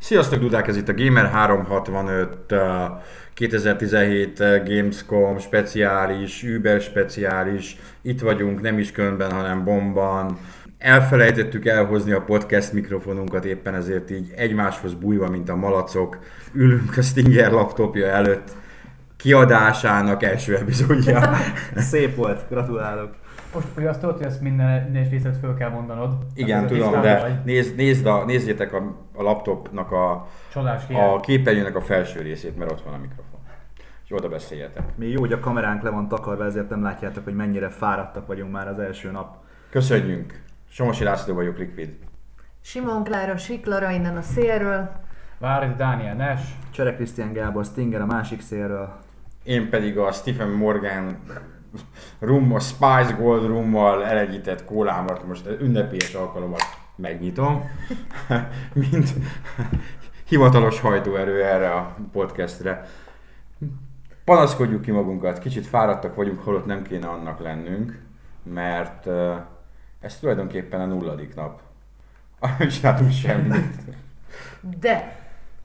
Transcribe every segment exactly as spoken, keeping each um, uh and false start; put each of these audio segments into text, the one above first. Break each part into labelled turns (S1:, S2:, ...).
S1: Sziasztok, Dudák, ez itt a Gamer háromszázhatvanöt kétezer-tizenhét Gamescom speciális, Uber speciális. Itt vagyunk, nem is Kölnben, hanem Bonnban. Elfelejtettük elhozni a podcast mikrofonunkat, éppen ezért így egymáshoz bújva, mint a malacok, ülünk a Stinger laptopja előtt. Kiadásának első epizódja.
S2: Szép volt, gratulálok.
S3: Most ugye azt tudod, hogy ezt minden egyes részlet föl kell mondanod.
S1: Igen, hát, tudom, de nézd, nézd a, nézzétek a, a laptopnak a, a képernyőnek a felső részét, mert ott van a mikrofon. És oda beszéljetek.
S2: Mi jó, hogy a kameránk le van takarva, ezért nem látjátok, hogy mennyire fáradtak vagyunk már az első nap.
S1: Köszönjünk! Somosi László vagyok, Liquid.
S4: Simon Klára, Siklara innen a szélről.
S3: Váradi Dániel Nash.
S2: Csere Krisztián Gábor, Stinger a másik szélről.
S1: Én pedig a Stephen Morgan rum, a Spice Gold rummal elegyített kólámat most ünnepélyes alkalommal megnyitom, mint hivatalos hajtóerő erre a podcastre. Panaszkodjuk ki magunkat, kicsit fáradtak vagyunk, holott nem kéne annak lennünk, mert ez tulajdonképpen a nulladik nap. Nem csináltunk semmit.
S4: De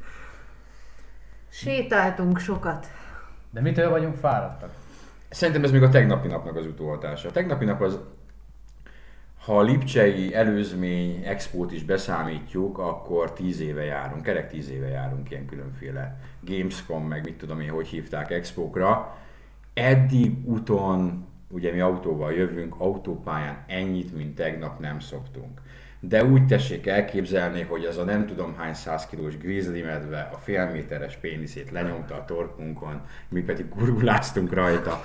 S4: sétáltunk sokat.
S3: De mitől vagyunk fáradtak?
S1: Szerintem ez még a tegnapi napnak az utóhatása. A tegnapi nap az, ha a lipcsei előzmény expót is beszámítjuk, akkor tíz éve járunk, kerek tíz éve járunk ilyen különféle Gamescom, meg mit tudom én, hogy hívták expókra. Eddig úton, ugye mi autóval jövünk, autópályán ennyit, mint tegnap nem szoktunk. De úgy tessék elképzelni, hogy az a nem tudom hány száz kilós grizzly medve a félméteres péniszét lenyomta a torkunkon, mi pedig guruláztunk rajta.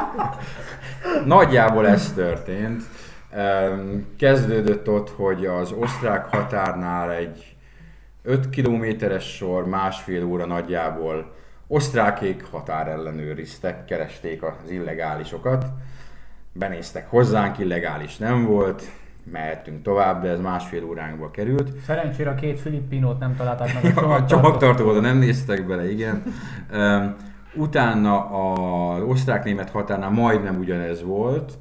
S1: Nagyjából ez történt. Kezdődött ott, hogy az osztrák határnál egy öt kilométeres sor, másfél óra nagyjából osztrákék határellenőriztek, keresték az illegálisokat. Benéztek hozzánk, illegális nem volt. Mehettünk tovább, de ez másfél óránkba került.
S3: Szerencsére a két filippinót nem találták meg a
S1: csomagtartóba. A csomagtartóba nem néztek bele, igen. Um, utána az osztrák-német határnál majdnem ugyanez volt.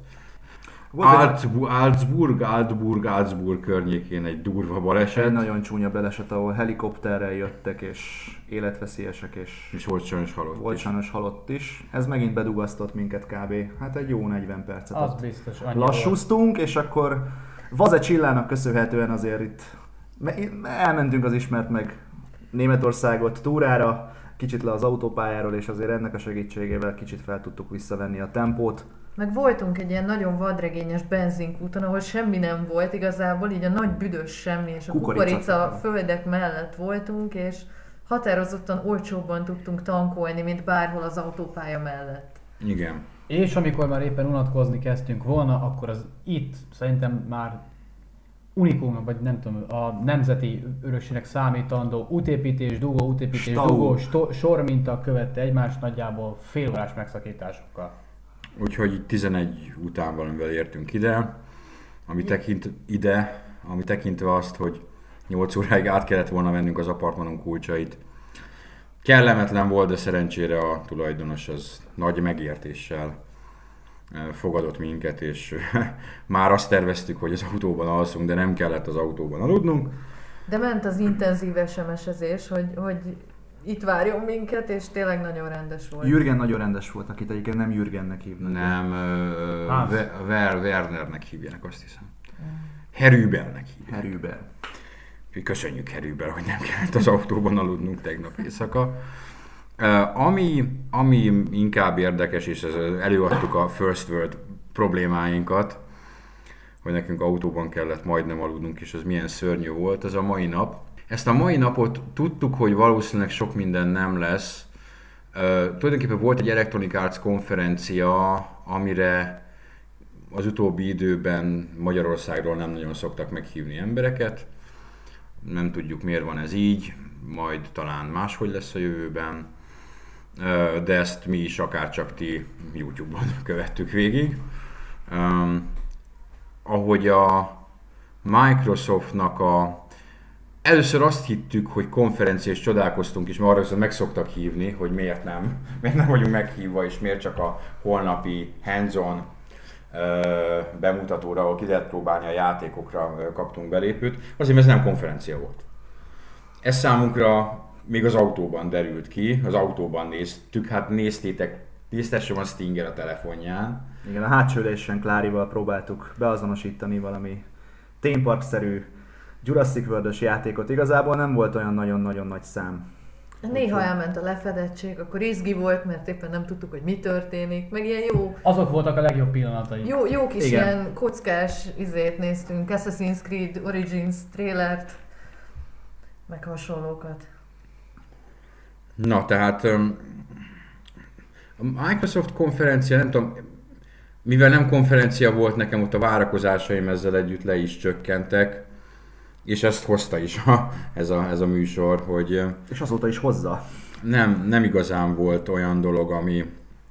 S1: Salzburg, Altburg, Salzburg környékén egy durva baleset.
S2: Egy nagyon csúnya baleset, ahol helikopterrel jöttek, és életveszélyesek, és,
S1: és volt sajnos halott
S2: volt
S1: is.
S2: sajnos halott is. Ez megint bedugasztott minket kb. Hát egy jó negyven percet.
S3: Az biztos.
S2: Lassúztunk, és akkor Vaze Csillának köszönhetően azért itt elmentünk az ismert meg Németországot túrára, kicsit le az autópályáról, és azért ennek a segítségével kicsit fel tudtuk visszavenni a tempót.
S4: Meg voltunk egy ilyen nagyon vadregényes benzinkúton, ahol semmi nem volt igazából, így a nagy büdös semmi, és a kukorica, kukorica földek mellett voltunk, és határozottan olcsóbban tudtunk tankolni, mint bárhol az autópálya mellett.
S1: Igen.
S3: És amikor már éppen unatkozni kezdtünk volna, akkor az itt szerintem már unikum, vagy nem tudom, a nemzeti örökségnek számítandó útépítés, dugó, útépítés, Stau. dugó, sto- sorminta követte egymást nagyjából fél órás megszakításokkal.
S1: Úgyhogy tizenegy után valamivel értünk ide, ami tekint ide, ami tekintve azt, hogy nyolc óráig át kellett volna mennünk az apartmanunk kulcsait. Kellemetlen volt, de szerencsére a tulajdonos az nagy megértéssel fogadott minket, és már azt terveztük, hogy az autóban alszunk, de nem kellett az autóban aludnunk.
S4: De ment az intenzív es em es-ezés, hogy, hogy itt várjon minket, és tényleg nagyon rendes volt.
S2: Jürgen nagyon rendes volt, akit egyébként nem Jürgennek hívnak.
S1: Nem, uh, Ver, Wernernek hívják, azt hiszem. Herübernek hívják.
S2: Herüber.
S1: Köszönjük Herüber, hogy nem kellett az autóban aludnunk tegnap éjszaka. Uh, ami, ami inkább érdekes, és ez, előadtuk a First World problémáinkat, hogy nekünk autóban kellett majdnem aludnunk, és ez milyen szörnyű volt, ez a mai nap. Ezt a mai napot tudtuk, hogy valószínűleg sok minden nem lesz. Uh, tulajdonképpen volt egy Electronic Arts konferencia, amire az utóbbi időben Magyarországról nem nagyon szoktak meghívni embereket. Nem tudjuk, miért van ez így, majd talán máshogy lesz a jövőben, uh, de ezt mi is akárcsak ti YouTube-on követtük végig. Um, ahogy a Microsoftnak a Először azt hittük, hogy konferencia, és csodálkoztunk is, mert arra viszont meg szoktak hívni, hogy miért nem, miért nem vagyunk meghívva, és miért csak a holnapi hands-on bemutatóra, ahol ki lehet próbálni a játékokra kaptunk belépőt, azért ez nem konferencia volt. ez számunkra még az autóban derült ki, az autóban néztük, hát néztétek, néztessem a Stinger a telefonján.
S2: Igen, a hátsó ülésen Klárival próbáltuk beazonosítani valami theme park-szerű Jurassic World-ös játékot. Igazából nem volt olyan nagyon-nagyon nagy szám.
S4: Néha úgy, elment a lefedettség, akkor izgi volt, mert éppen nem tudtuk, hogy mi történik, meg ilyen jó...
S3: Azok voltak a legjobb pillanatai.
S4: Jó, jó kis
S2: Igen.
S4: ilyen kockás izét néztünk, Assassin's Creed Origins trailert, meg hasonlókat.
S1: Na, tehát a Microsoft konferencia, nem tudom, mivel nem konferencia volt, nekem ott a várakozásaim ezzel együtt le is csökkentek, és ezt hozta is a, ez, a, ez a műsor, hogy...
S2: És azóta is hozza.
S1: Nem, nem igazán volt olyan dolog, ami...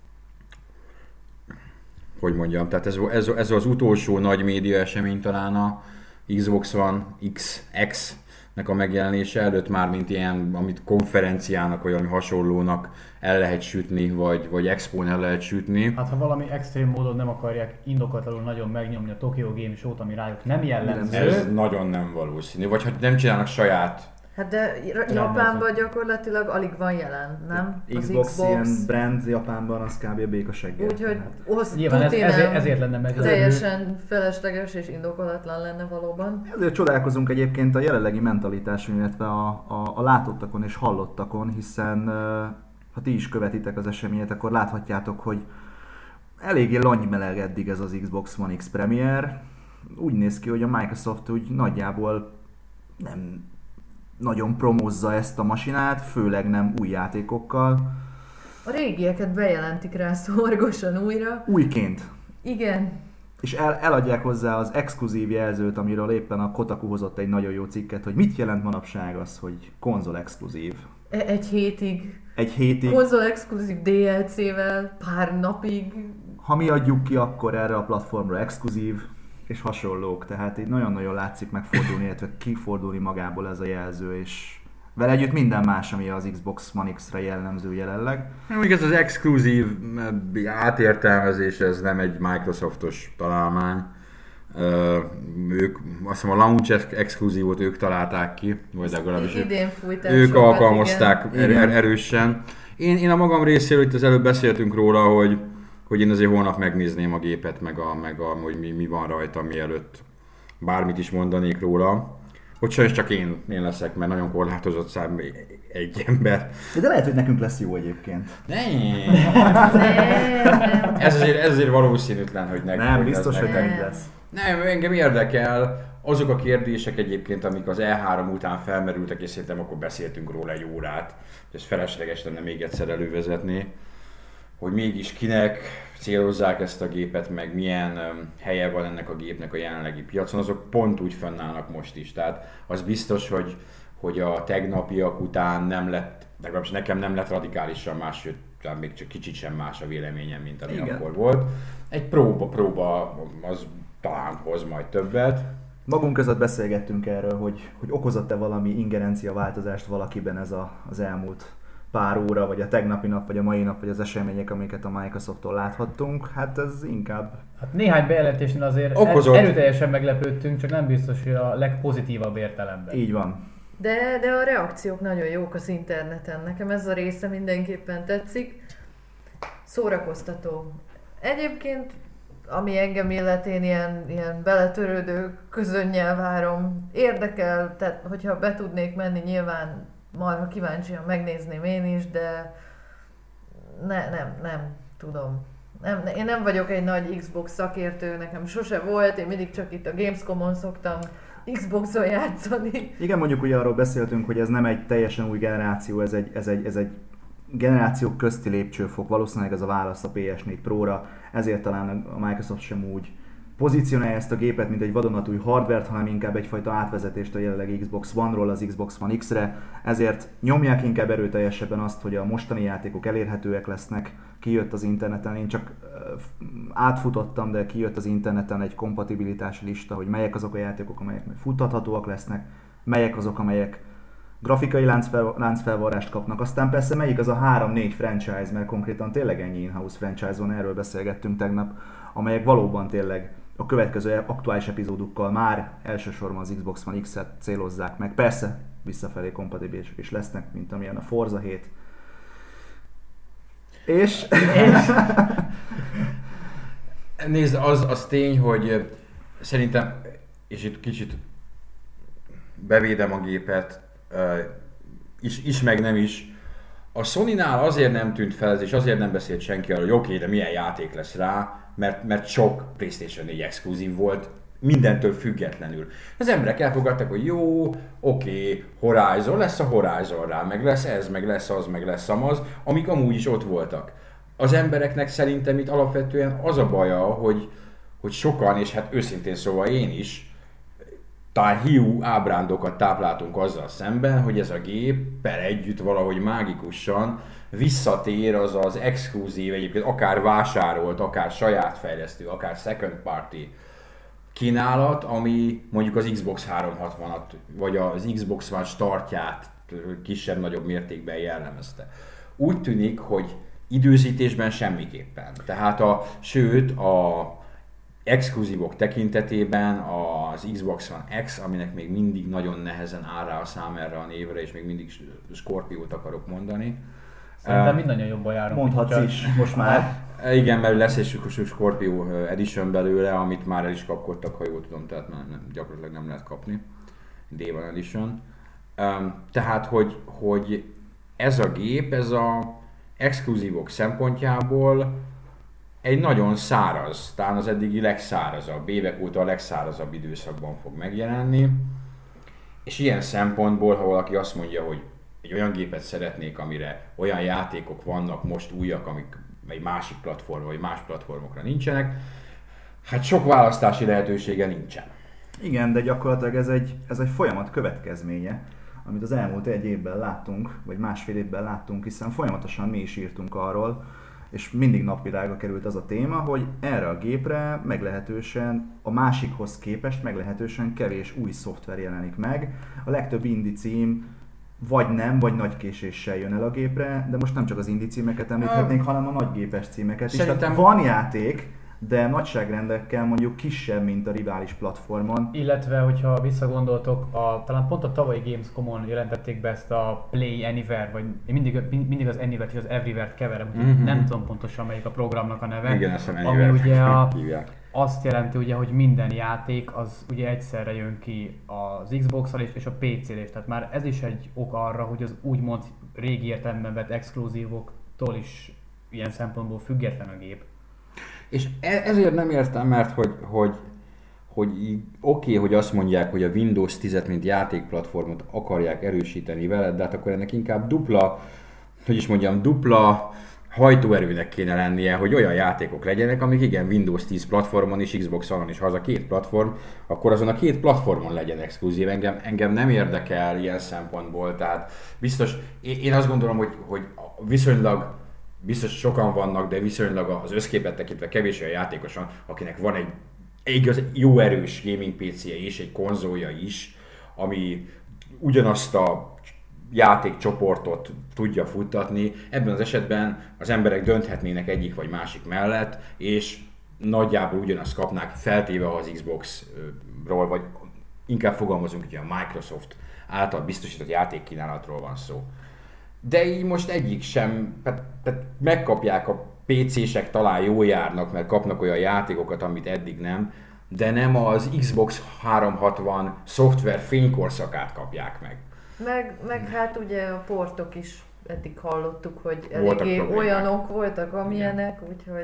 S1: Hogy mondjam, tehát ez, ez, ez az utolsó nagy média esemény talán a Xbox One X, X nek a megjelenése előtt már, mint ilyen, amit konferenciának, vagy valami hasonlónak el lehet sütni, vagy, vagy expón el lehet sütni.
S3: Hát ha valami extrém módon nem akarják indokatlanul nagyon megnyomni a Tokyo Game Show-t, ami rájuk nem jellemző.
S1: Ez nagyon nem valószínű, vagy ha nem csinálnak saját.
S4: Hát de Japánban gyakorlatilag alig van jelen, nem?
S2: Xbox, Xbox ilyen brand Japánban, az kb. A békaseggel.
S4: Úgyhogy hát.
S3: Nyilván ez, ezért, ezért lenne meglepő.
S4: Teljesen felesleges és indokolatlan lenne valóban.
S2: Ezért csodálkozunk egyébként a jelenlegi mentalitáson, illetve a, a, a látottakon és hallottakon, hiszen ha ti is követitek az eseményet, akkor láthatjátok, hogy eléggé langymeleg eddig ez az Xbox One X Premier. Úgy néz ki, hogy a Microsoft úgy nagyjából nem nagyon promózza ezt a masinát, főleg nem új játékokkal.
S4: A régieket bejelentik rá szorgosan újra.
S2: Újként.
S4: Igen.
S2: És el, eladják hozzá az exkluzív jelzőt, amiről éppen a Kotaku hozott egy nagyon jó cikket, hogy mit jelent manapság az, hogy konzol exkluzív.
S4: Egy hétig.
S2: Egy hétig.
S4: Konzol exkluzív dé el cé-vel, pár napig.
S2: Ha mi adjuk ki, akkor erre a platformra exkluzív, és hasonlók. Tehát így nagyon-nagyon látszik megfordulni, illetve kifordulni magából ez a jelző, és vele együtt minden más, ami az Xbox One X-re jellemző jelenleg.
S1: Még ez az exkluzív átértelmezés, ez nem egy Microsoftos találmány. Ők, azt hiszem a launch exkluzívot ők találták ki, vagy legalábbis
S4: idén fújták
S1: ők
S4: sokat,
S1: alkalmazták
S2: igen.
S1: er- erősen. Én, én a magam részéről, itt az előbb beszéltünk róla, hogy hogy én azért holnap megnézném a gépet, meg, a, meg a, hogy mi, mi van rajta, mielőtt bármit is mondanék róla. Hogy sajnos csak én, én leszek, mert nagyon korlátozott szám egy ember.
S2: De lehet, hogy nekünk lesz jó egyébként.
S1: Nem. ez, azért, ez azért valószínűtlen, hogy nekünk
S2: Nem, biztos, hogy
S1: nekünk.
S2: nekünk lesz.
S1: Nem, engem érdekel azok a kérdések egyébként, amik az E három után felmerültek, és szerintem akkor beszéltünk róla egy órát. Ez felesleges lenne még egyszer elővezetni, hogy mégis kinek célozzák ezt a gépet, meg milyen um, helye van ennek a gépnek a jelenlegi piacon, azok pont úgy fennállnak most is. Tehát az biztos, hogy, hogy a tegnapiak után nem lett, legalábbis nekem nem lett radikálisan más, sőt, még csak kicsit sem más a véleményem, mint ami
S2: Igen.
S1: akkor volt. Egy próba, próba az talán hoz majd többet.
S2: Magunk között beszélgettünk erről, hogy, hogy okozott-e valami ingerencia változást valakiben ez a, az elmúlt pár óra, vagy a tegnapi nap, vagy a mai nap, vagy az események, amiket a Microsofttól láthattunk. Hát ez inkább...
S3: Hát néhány bejelentésnél azért
S1: Okozott.
S3: erőteljesen meglepődtünk, csak nem biztos, hogy a legpozitívabb értelemben.
S2: Így van.
S4: De, de a reakciók nagyon jók az interneten. Nekem ez a része mindenképpen tetszik. Szórakoztató. Egyébként, ami engem illet, én ilyen, ilyen beletörődő közönnyel várom. Érdekel, tehát hogyha be tudnék menni, nyilván marha kíváncsian megnézném én is, de ne, nem, nem tudom. Nem, én nem vagyok egy nagy Xbox szakértő, nekem sose volt, én mindig csak itt a Gamescom-on szoktam Xboxon játszani.
S2: Igen, mondjuk ugye arról beszéltünk, hogy ez nem egy teljesen új generáció, ez egy, ez egy, ez egy generációk közti lépcsőfok, valószínűleg ez a válasz a pé es négy Pro-ra, ezért talán a Microsoft sem úgy pozícionálja ezt a gépet, mint egy vadonatúj hardvert, hanem inkább egyfajta átvezetést a jelenlegi Xbox One-ról az Xbox One X-re, ezért nyomják inkább erőteljesebben azt, hogy a mostani játékok elérhetőek lesznek, kijött az interneten, én csak átfutottam, de kijött az interneten egy kompatibilitási lista, hogy melyek azok a játékok, amelyek futtathatóak lesznek, melyek azok, amelyek grafikai láncfel, láncfelvarrást kapnak, aztán persze melyik az a három-négy franchise, mert konkrétan tényleg ennyi in-house franchise van, erről beszélgettünk tegnap, amelyek valóban tényleg a következő aktuális epizódukkal már elsősorban az Xbox One X-et célozzák meg. Persze visszafelé kompatibilisek is lesznek, mint amilyen a Forza hét. És...
S1: Nézd, az, az tény, hogy szerintem, és itt kicsit bevédem a gépet, is, is meg nem is, a Sonynál azért nem tűnt fel ez, és azért nem beszélt senki arról, hogy oké, okay, de milyen játék lesz rá, mert, mert sok PlayStation négy exkluzív volt, mindentől függetlenül. Az emberek elfogadták, hogy jó, oké, okay, Horizon lesz a Horizon rá, meg lesz ez, meg lesz az, meg lesz amaz, amik amúgy is ott voltak. Az embereknek szerintem itt alapvetően az a baja, hogy, hogy sokan, és hát őszintén szóval én is, talán hiú ábrándokat tápláltunk azzal szemben, hogy ez a gép per együtt valahogy mágikusan visszatér az az exkluzív, egyébként akár vásárolt, akár saját fejlesztő, akár second party kínálat, ami mondjuk az Xbox háromszázhatvanat, vagy az Xbox One startját kisebb-nagyobb mértékben jellemezte. Úgy tűnik, hogy időzítésben semmiképpen. Tehát a, sőt, a exkluzívok tekintetében az Xbox One X, aminek még mindig nagyon nehezen áll rá a szám erre a névre, és még mindig Scorpiót akarok mondani.
S3: Szerintem mindannyian jobban járunk.
S2: Mondhatsz is, most már.
S1: Igen, mert lesz egy Scorpio Edition belőle, amit már el is kapkodtak, ha jól tudom, tehát már nem, gyakorlatilag nem lehet kapni. Day One Edition. Tehát, hogy, hogy ez a gép, ez a exkluzívok szempontjából egy nagyon száraz, talán az eddigi legszárazabb, évek óta a legszárazabb időszakban fog megjelenni. És ilyen szempontból, ha valaki azt mondja, hogy egy olyan gépet szeretnék, amire olyan játékok vannak most újak, amik egy másik platform vagy más platformokra nincsenek, hát sok választási lehetősége nincsen.
S2: Igen, de gyakorlatilag ez egy, ez egy folyamat következménye, amit az elmúlt egy évben láttunk, vagy másfél évben láttunk, hiszen folyamatosan mi is írtunk arról, és mindig napvilágra került az a téma, hogy erre a gépre meglehetősen, a másikhoz képest meglehetősen kevés új szoftver jelenik meg. A legtöbb indie cím vagy nem, vagy nagy késéssel jön el a gépre, de most nem csak az indie címeket említhetnénk, hanem a nagygépes címeket is.
S1: Szerintem...
S2: Tehát van játék, de nagyságrendekkel mondjuk kisebb, mint a rivális platformon.
S3: Illetve, hogyha visszagondoltok, a, talán pont a tavalyi Gamescom-on jelentették be ezt a Play Anywhere, vagy én mindig, mindig az Anywhere-t és az Everywhere-t keverem, mm-hmm. nem tudom pontosan melyik a programnak a neve.
S1: Igen, ezt
S3: ami ugye a, azt jelenti, ugye, hogy minden játék az ugye egyszerre jön ki az Xbox-al és, és a pé cére is. Tehát már ez is egy ok arra, hogy az úgymond régi értelemben vett exkluzívoktól is ilyen szempontból független a gép.
S1: És ezért nem értem, mert hogy, hogy, hogy oké, okay, hogy azt mondják, hogy a Windows tízet mint játékplatformot akarják erősíteni veled, de hát akkor ennek inkább dupla, hogy is mondjam, dupla hajtóerőnek kéne lennie, hogy olyan játékok legyenek, amik igen Windows tíz platformon és Xbox One-on is, ha az a két platform, akkor azon a két platformon legyen exkluzív. Engem, engem nem érdekel ilyen szempontból, tehát biztos, én azt gondolom, hogy, hogy viszonylag biztos sokan vannak, de viszonylag az összképet tekintve kevés olyan játékos van, akinek van egy igaz, jó erős gaming pé céje és egy konzolja is, ami ugyanazt a játékcsoportot tudja futtatni. Ebben az esetben az emberek dönthetnének egyik vagy másik mellett, és nagyjából ugyanazt kapnák, feltéve ha az Xbox-ról, vagy inkább fogalmazunk, hogy a Microsoft által biztosított játékkínálatról van szó. De így most egyik sem, tehát, tehát megkapják a pé cések, talán jól járnak, mert kapnak olyan játékokat, amit eddig nem, de nem az Xbox háromszázhatvan szoftver fénykorszakát kapják meg.
S4: Meg, meg hát ugye a portok is eddig hallottuk, hogy eléggé olyanok voltak, amilyenek, úgyhogy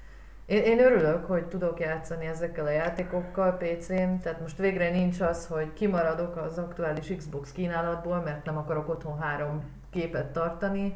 S4: én, én örülök, hogy tudok játszani ezekkel a játékokkal pé cén, tehát most végre nincs az, hogy kimaradok az aktuális Xbox kínálatból, mert nem akarok otthon három képet tartani,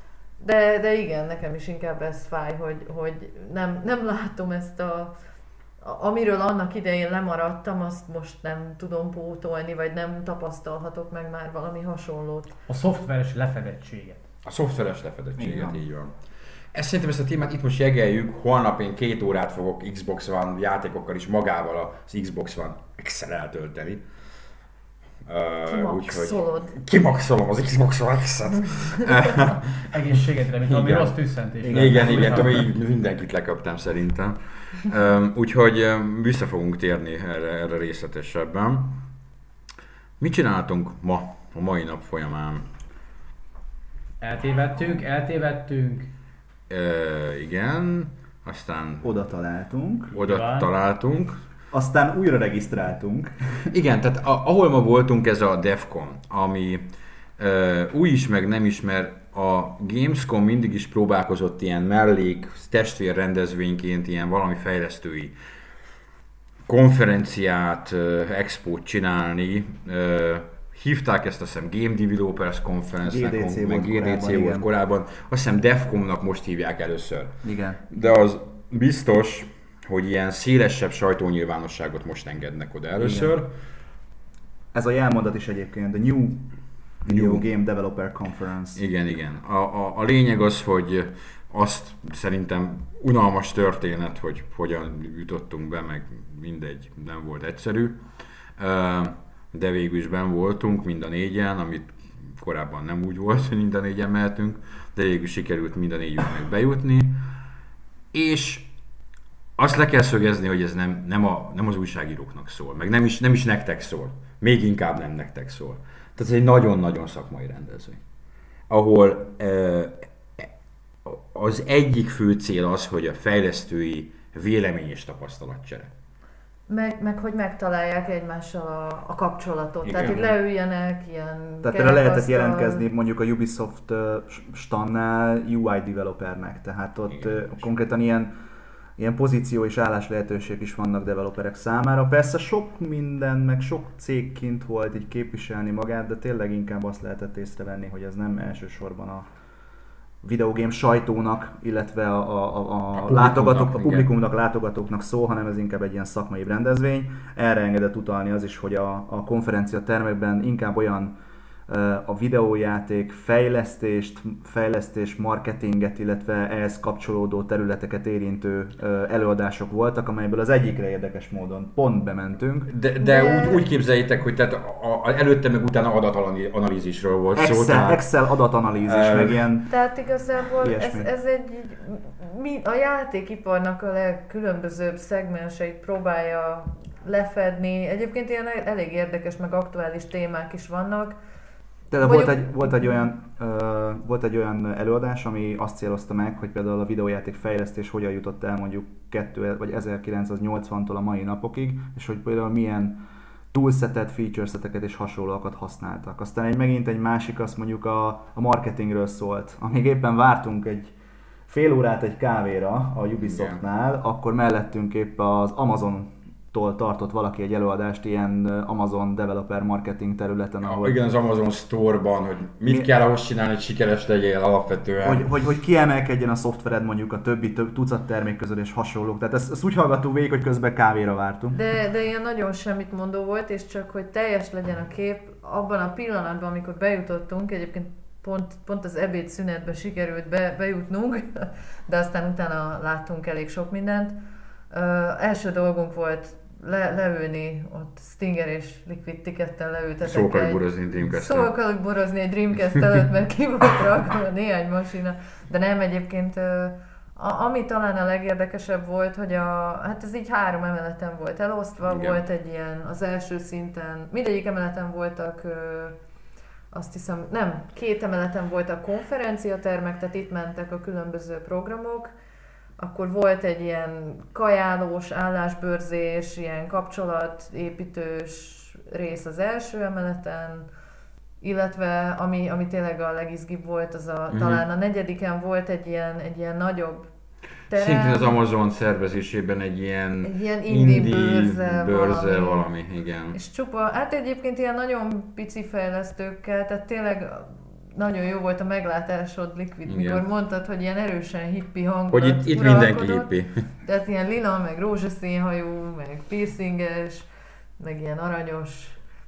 S4: de, de igen, nekem is inkább ez fáj, hogy, hogy nem, nem látom ezt a, a, amiről annak idején lemaradtam, azt most nem tudom pótolni, vagy nem tapasztalhatok meg már valami hasonlót.
S3: A szoftveres lefedettséget.
S1: A szoftveres lefedettséget, igen. Így van. Ezt szerintem ezt a témát itt most jegeljük, holnap én két órát fogok Xbox One játékokkal is magával az Xbox One X-el eltölteni. Uh,
S4: Kimaxolod.
S1: Úgyhogy kimaxolom az Xbox X-et.
S3: Egészségedre, mint ami rossz tüsszentés.
S1: Igen, igen, igen, igen mindenkit leköptem szerintem. Um, úgyhogy um, vissza fogunk térni erre, erre részletesebben. Mit csináltunk ma, a mai nap folyamán?
S3: Eltévedtünk, eltévedtünk.
S1: Uh, igen, aztán
S2: Oda találtunk.
S1: oda
S3: Van.
S1: találtunk.
S2: Aztán újra regisztráltunk.
S1: Igen, tehát a, ahol ma voltunk, ez a DEFCON, ami uh, új is, meg nem is, mert a Gamescom mindig is próbálkozott ilyen mellék, testvér rendezvényként ilyen valami fejlesztői konferenciát, uh, expót csinálni. Uh, hívták ezt azt hiszem Game Developers Conference-nek,
S2: G D C
S1: meg
S2: volt
S1: G D C
S2: korábban,
S1: volt
S2: igen.
S1: korábban. Azt hiszem DEFCON-nak most hívják először.
S2: Igen.
S1: De az biztos, hogy ilyen szélesebb sajtónyilvánosságot most engednek oda először.
S2: Igen. Ez a jelmondat is egyébként, a New Video
S1: New.
S2: Game Developer Conference.
S1: Igen, igen. A, a, a lényeg az, hogy azt szerintem unalmas történet, hogy hogyan jutottunk be, meg mindegy, nem volt egyszerű. De végül is benn voltunk mind a négyen, amit korábban nem úgy volt, hogy mind a négyen mehetünk, de végül sikerült mind a négyünknek bejutni. És azt le kell szögezni, hogy ez nem, nem, a, nem az újságíróknak szól, meg nem is, nem is nektek szól. Még inkább nem nektek szól. Tehát ez egy nagyon-nagyon szakmai rendezvény. Ahol eh, az egyik fő cél az, hogy a fejlesztői vélemény és tapasztalatcsere.
S4: Meg, meg hogy megtalálják egymással a, a kapcsolatot.
S1: Igen.
S4: Tehát, hogy leüljenek, ilyen
S2: Tehát például lehetett
S4: kerekasztal.
S2: jelentkezni mondjuk a Ubisoft uh, standnál U I developernek, tehát ott
S1: Igen.
S2: uh, konkrétan ilyen, ilyen pozíció és állás lehetőségek is vannak developerek számára. Persze sok minden, meg sok cég kint volt így képviselni magát, de tényleg inkább azt lehetett észrevenni, hogy ez nem elsősorban a videogame sajtónak, illetve a, a, a, a, látogatók, a publikumnak, látogatóknak szól, hanem ez inkább egy ilyen szakmai rendezvény. Erre engedett utalni az is, hogy a, a konferencia termekben inkább olyan a videójáték fejlesztést, fejlesztés, marketinget, illetve ehhez kapcsolódó területeket érintő előadások voltak, amelyből az egyikre érdekes módon pont bementünk.
S1: De, de, de... Úgy, úgy képzeljétek, hogy tehát a, a, előtte meg utána adatanalízisről volt
S2: Excel,
S1: szó. Tehát...
S2: Excel adatanalízis, uh, meg ilyen...
S4: Tehát igazából ez,
S2: ilyesmi.
S4: ez egy, mi, a játékiparnak a legkülönbözőbb szegmenseit próbálja lefedni. Egyébként ilyen elég érdekes, meg aktuális témák is vannak.
S2: Tehát volt egy, volt, egy olyan, uh, volt egy olyan előadás, ami azt célozta meg, hogy például a videójáték fejlesztés hogyan jutott el mondjuk kettő, vagy ezerkilencszáznyolcvantól a mai napokig, és hogy például milyen toolsetet, featureseteket és hasonlóakat használtak. Aztán egy megint egy másik, azt mondjuk a, a marketingről szólt. Amíg éppen vártunk egy fél órát egy kávéra a Ubisoftnál, igen. Akkor mellettünk épp az Amazon tól tartott valaki egy előadást ilyen Amazon developer marketing területen, ahol...
S1: Igen, az Amazon Store-ban, hogy mit mi... kell ahhoz csinálni, hogy sikeres legyél alapvetően.
S2: Hogy, hogy, hogy kiemelkedjen a szoftvered mondjuk a többi több tucat termék közül és hasonlók. Tehát ezt, ezt úgy hallgattuk végig, hogy közben kávéra vártunk.
S4: De, de ilyen nagyon semmit mondó volt, és csak hogy teljes legyen a kép, abban a pillanatban, amikor bejutottunk, egyébként pont, pont az ebédszünetben sikerült be, bejutnunk, de aztán utána láttunk elég sok mindent. Uh, első dolgunk volt le, leülni, ott Stinger és Liquid Tickettel leültetek
S1: Szóval borozni Dreamcast-tel.
S4: Szóval borozni egy Dreamcast előtt, mert ki volt rakva néhány masina. De nem, egyébként a, ami talán a legérdekesebb volt, hogy a, hát ez így három emeleten volt elosztva, igen. Volt egy ilyen az első szinten, mindegyik emeleten voltak azt hiszem, nem, két emeleten voltak konferenciatermek, tehát itt mentek a különböző programok. Akkor volt egy ilyen kajálós, állásbőrzés, ilyen kapcsolatépítős rész az első emeleten, illetve ami, ami tényleg a legizgibb volt, az a, mm-hmm. talán a negyediken volt egy ilyen, egy ilyen nagyobb terem.
S1: Szintén az Amazon szervezésében egy ilyen,
S4: egy ilyen indie, indie bőrze,
S1: bőrze valami.
S4: valami,
S1: igen.
S4: És csupa, hát egyébként ilyen nagyon pici fejlesztőkkel, tehát tényleg nagyon jó volt a meglátásod, Liquid, igen. Mikor mondtad, hogy ilyen erősen hippi hangulat.
S1: Hogy itt, itt mindenki hippi.
S4: Tehát ilyen lila, meg rózsaszín hajú, meg piercinges, meg ilyen aranyos,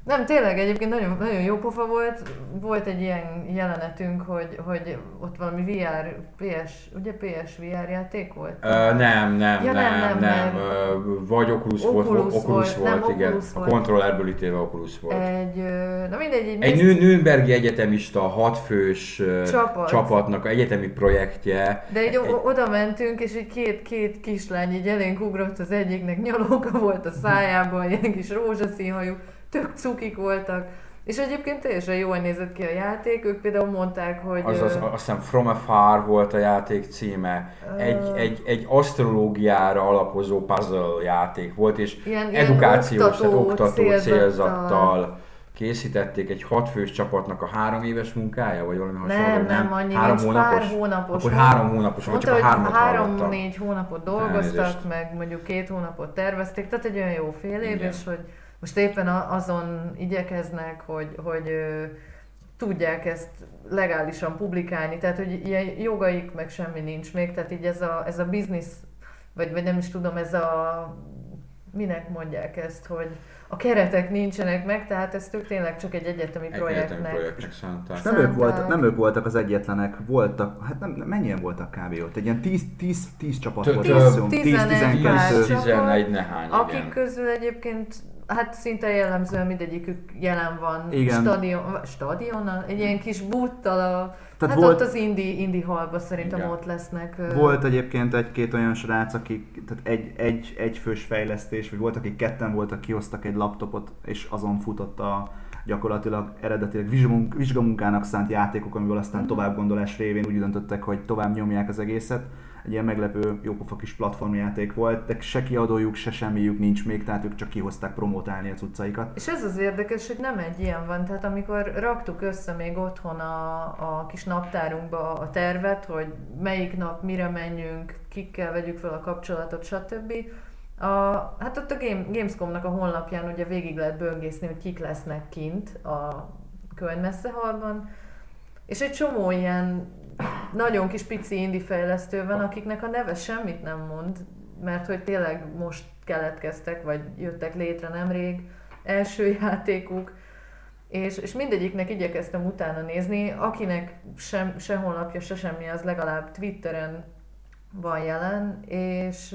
S4: Nem, tényleg egyébként nagyon, nagyon jó pofa volt. Volt egy ilyen jelenetünk, hogy, hogy ott valami vé er, pé es, ugye pé es vé er játék volt?
S1: Uh, nem, nem,
S4: ja,
S1: nem, nem, nem. Uh, vagy Oculus,
S4: Oculus
S1: volt,
S4: volt,
S1: Oculus volt,
S4: nem,
S1: igen.
S4: Oculus
S1: A
S4: volt.
S1: kontrollerből ítélve Oculus volt.
S4: Egy, na mindegy, egy,
S1: egy nő, nürnbergi egyetemista, hatfős
S4: Csapat.
S1: csapatnak egyetemi projektje.
S4: De így
S1: egy...
S4: oda mentünk, és így két, két kislány így elénk ugrott, az egyiknek nyalóka volt a szájában, ilyen kis rózsaszín hajú, tök cukik voltak. És egyébként teljesen jól nézett ki a játék, ők például mondták, hogy...
S1: Az, az, azt hiszem From Afar volt a játék címe, egy, uh, egy, egy asztrológiára alapozó puzzle játék volt, és ilyen, edukációs, ilyen oktató, tehát oktató célzattal. célzattal készítették, egy hatfős csapatnak a három éves munkája, vagy valami hasonló?
S4: Nem, nem, nem annyi,
S1: három
S4: hónapos? Pár hónapos.
S1: Akkor három hónapos, vagy csak a hármat
S4: három-négy hónapot dolgoztak, elnézést. Meg mondjuk két hónapot tervezték, tehát egy olyan jó fél év, és hogy most éppen azon igyekeznek, hogy, hogy ö, tudják ezt legálisan publikálni, tehát hogy ilyen jogaik meg semmi nincs még, tehát így ez a, ez a biznisz, vagy, vagy nem is tudom, ez a, minek mondják ezt, hogy a keretek nincsenek meg, tehát ez tök tényleg csak egy egyetemi egy projektnek.
S1: Egyetemi projektnek szánták.
S2: Nem ők, voltak, nem ők voltak az egyetlenek, voltak, hát nem, mennyien voltak kb. Ott? Egy ilyen tíz csapat volt.
S4: tíz-tizenegy
S1: tizenegy nehány,
S4: akik közül egyébként hát szinte jellemzően mindegyikük jelen van.
S2: Igen.
S4: Stadion, stadionnal, egy ilyen kis búttal a... Tehát hát
S2: volt,
S4: ott az Indi, Indi Hallba szerintem igen. Ott lesznek.
S2: Volt egyébként egy-két olyan srác, akik, tehát egy, egy, egy fős fejlesztés, vagy volt, akik ketten voltak, kihoztak egy laptopot, és azon futott a gyakorlatilag eredetileg vizsgamunkának szánt játékok, amiből aztán mm-hmm. továbbgondolás révén úgy döntöttek, hogy tovább nyomják az egészet. Egy ilyen meglepő, jópofa kis platformjáték volt, de se kiadójuk, se semmiük nincs még, tehát ők csak kihozták promotálni a cuccaikat.
S4: És ez az érdekes, hogy nem egy ilyen van, tehát amikor raktuk össze még otthon a, a kis naptárunkba a tervet, hogy melyik nap mire menjünk, kikkel vegyük fel a kapcsolatot, stb. A, hát ott a Game, Gamescomnak a honlapján ugye végig lehet böngészni, hogy kik lesznek kint a Könyv-Messzehalban, és egy csomó ilyen nagyon kis pici indie fejlesztő van, akiknek a neve semmit nem mond, mert hogy tényleg most keletkeztek, vagy jöttek létre nemrég, első játékuk, és, és mindegyiknek igyekeztem utána nézni, akinek sem, se honlapja, se semmi, az legalább Twitteren van jelen, és,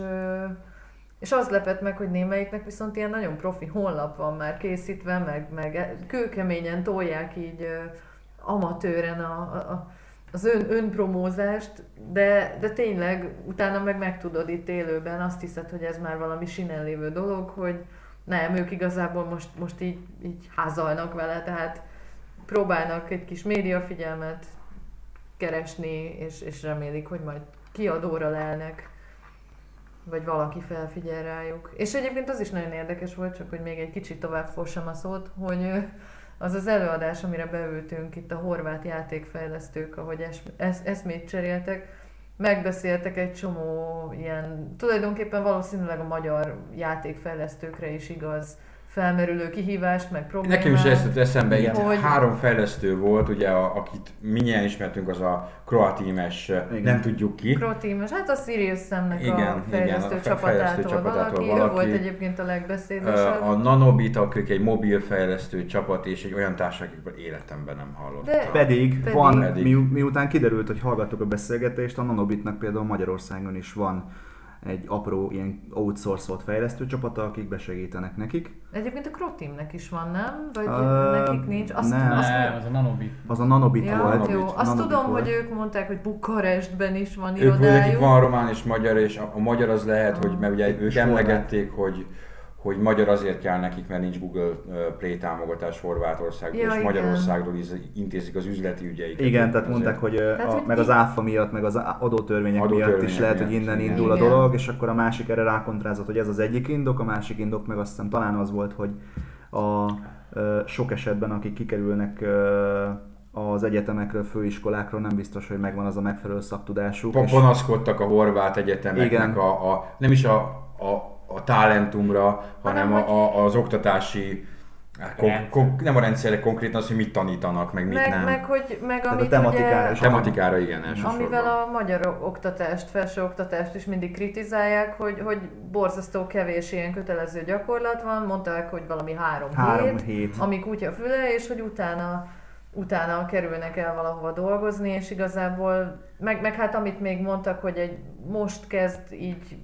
S4: és az lepett meg, hogy némelyiknek viszont ilyen nagyon profi honlap van már készítve, meg, meg kőkeményen tolják így amatőren a, a az ön, önpromózást, de, de tényleg utána meg megtudod itt élőben, azt hiszed, hogy ez már valami sinen lévő dolog, hogy nem, ők igazából most, most így, így házalnak vele, tehát próbálnak egy kis médiafigyelmet keresni, és, és remélik, hogy majd kiadóra lelnek, vagy valaki felfigyel rájuk. És egyébként az is nagyon érdekes volt, csak hogy még egy kicsit tovább fossam a szót, hogy az az előadás, amire beültünk itt a horvát játékfejlesztők, ahogy es, es, eszmét cseréltek, megbeszéltek egy csomó ilyen, tulajdonképpen valószínűleg a magyar játékfejlesztőkre is igaz, felmerülő kihívást, meg problémát.
S1: Nekem is ezt jut eszembe, itt
S4: hogy...
S1: három fejlesztő volt, ugye, akit mindjárt ismertünk, az a Croateam-es, nem tudjuk ki.
S4: Croateam-es, hát a Sirius Samnek
S1: igen,
S4: a fejlesztő
S1: igen, a
S4: csapatától,
S1: csapatától
S4: valaki, valaki. Ő volt egyébként a legbeszédesebb.
S1: A Nanobit, akik egy mobil fejlesztő csapat, és egy olyan társaság, akikből életemben nem hallottam.
S2: De pedig, pedig van,
S1: pedig.
S2: Mi, miután kiderült, hogy hallgattuk a beszélgetést, a Nanobitnak például Magyarországon is van egy apró ilyen outsourcolt fejlesztő csapata, akik besegítenek nekik.
S4: Egyébként a Croteamnek is van, nem? Vagy uh, nekik nincs? Azt,
S2: nem,
S3: azt, nem, az a Nanobit.
S2: Az a Nanobit
S4: ja,
S2: volt.
S4: Jó. Azt
S2: Nanobit
S4: tudom,
S2: volt.
S4: hogy ők mondták, hogy Bukarestben is van
S1: ők
S4: irodájuk.
S1: Nekik van román és magyar, és a, a magyar az lehet, hogy mert ugye ők emlegették, hogy hogy magyar azért kell nekik, mert nincs Google Play támogatás Horvátországban, ja, és igen. Magyarországról intézik az üzleti ügyeiket.
S2: Igen, tehát mondták, hogy, tehát, a, hogy meg az áfa miatt, meg az adótörvények, adótörvények miatt is lehet, hogy innen igen. indul a dolog, és akkor a másik erre rákontrázott, hogy ez az egyik indok, a másik indok meg azt hiszem talán az volt, hogy a sok esetben, akik kikerülnek az egyetemekről, főiskolákról, nem biztos, hogy megvan az a megfelelő szaktudásuk.
S1: Panaszkodtak a horvát egyetemeknek a, a, nem is a, a a talentumra, hanem a, a, az oktatási Kon- kon- nem a rendszerre konkrétan az, hogy mit tanítanak, meg mit
S4: meg,
S1: nem.
S4: Meg, hogy, meg
S2: Tehát
S4: amit
S2: a tematikára,
S4: ugye,
S1: Tematikára igen, elsősorban.
S4: amivel a magyar oktatást, felsőoktatást is mindig kritizálják, hogy, hogy borzasztó kevés ilyen kötelező gyakorlat van, mondták, hogy valami három,
S2: Három
S4: hét,
S2: hét.
S4: ami kutyafüle, és hogy utána, utána kerülnek el valahova dolgozni, és igazából, meg, meg hát amit még mondtak, hogy egy most kezd így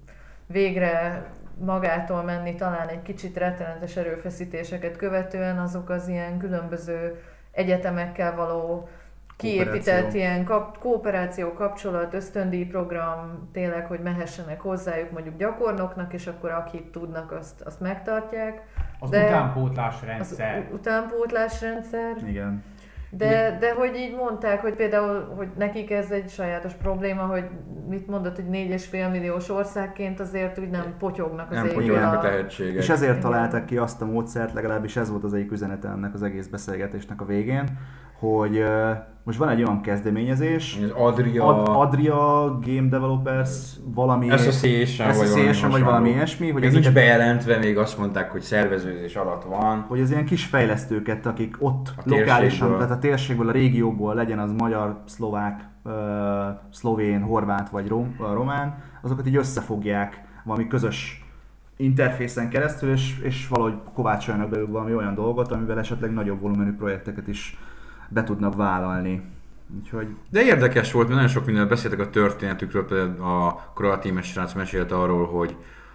S4: végre magától menni, talán egy kicsit rettenetes erőfeszítéseket követően, azok az ilyen különböző egyetemekkel való kiépített
S2: Kooperáció.
S4: ilyen kap, kooperáció, kapcsolat, ösztöndíjprogram, tényleg, hogy mehessenek hozzájuk mondjuk gyakornoknak, és akkor akit tudnak, azt, azt megtartják.
S3: Az
S4: De
S3: utánpótlás
S4: Az
S3: rendszer.
S4: u- utánpótlás rendszer.
S2: Igen.
S4: De, de hogy így mondták, hogy például, hogy nekik ez egy sajátos probléma, hogy mit mondott, hogy négy és fél milliós országként azért úgy nem potyognak az
S1: Nem
S4: égből
S1: potyognak a
S4: a...
S1: tehetségek.
S2: És ezért
S4: Igen.
S2: találtak ki azt a módszert, legalábbis ez volt az egyik üzenete ennek az egész beszélgetésnek a végén, hogy uh, most van egy olyan kezdeményezés,
S1: Az Adria,
S2: Ad, Adria Game Developers valami
S1: Association, vagy valami,
S2: Association, vagy valami
S1: hasonló.
S2: ilyesmi, hogy
S1: Még nincs
S2: ezeket,
S1: bejelentve, még azt mondták, hogy szerveződés alatt van.
S2: hogy az ilyen kis fejlesztőket, akik ott
S1: A
S2: lokálisan,
S1: térségből.
S2: tehát a térségből, a régióból, legyen az magyar, szlovák, uh, szlovén, horvát vagy rom, uh, román, azokat így összefogják valami közös interfészen keresztül, és, és valahogy kovácsoljanak belőle valami olyan dolgot, amivel esetleg nagyobb volumenű projekteket is be tudnak vállalni. Úgyhogy
S1: De érdekes volt, mert nagyon sok minden beszéltek a történetükről, például a kroatímes srác mesélt arról, hogy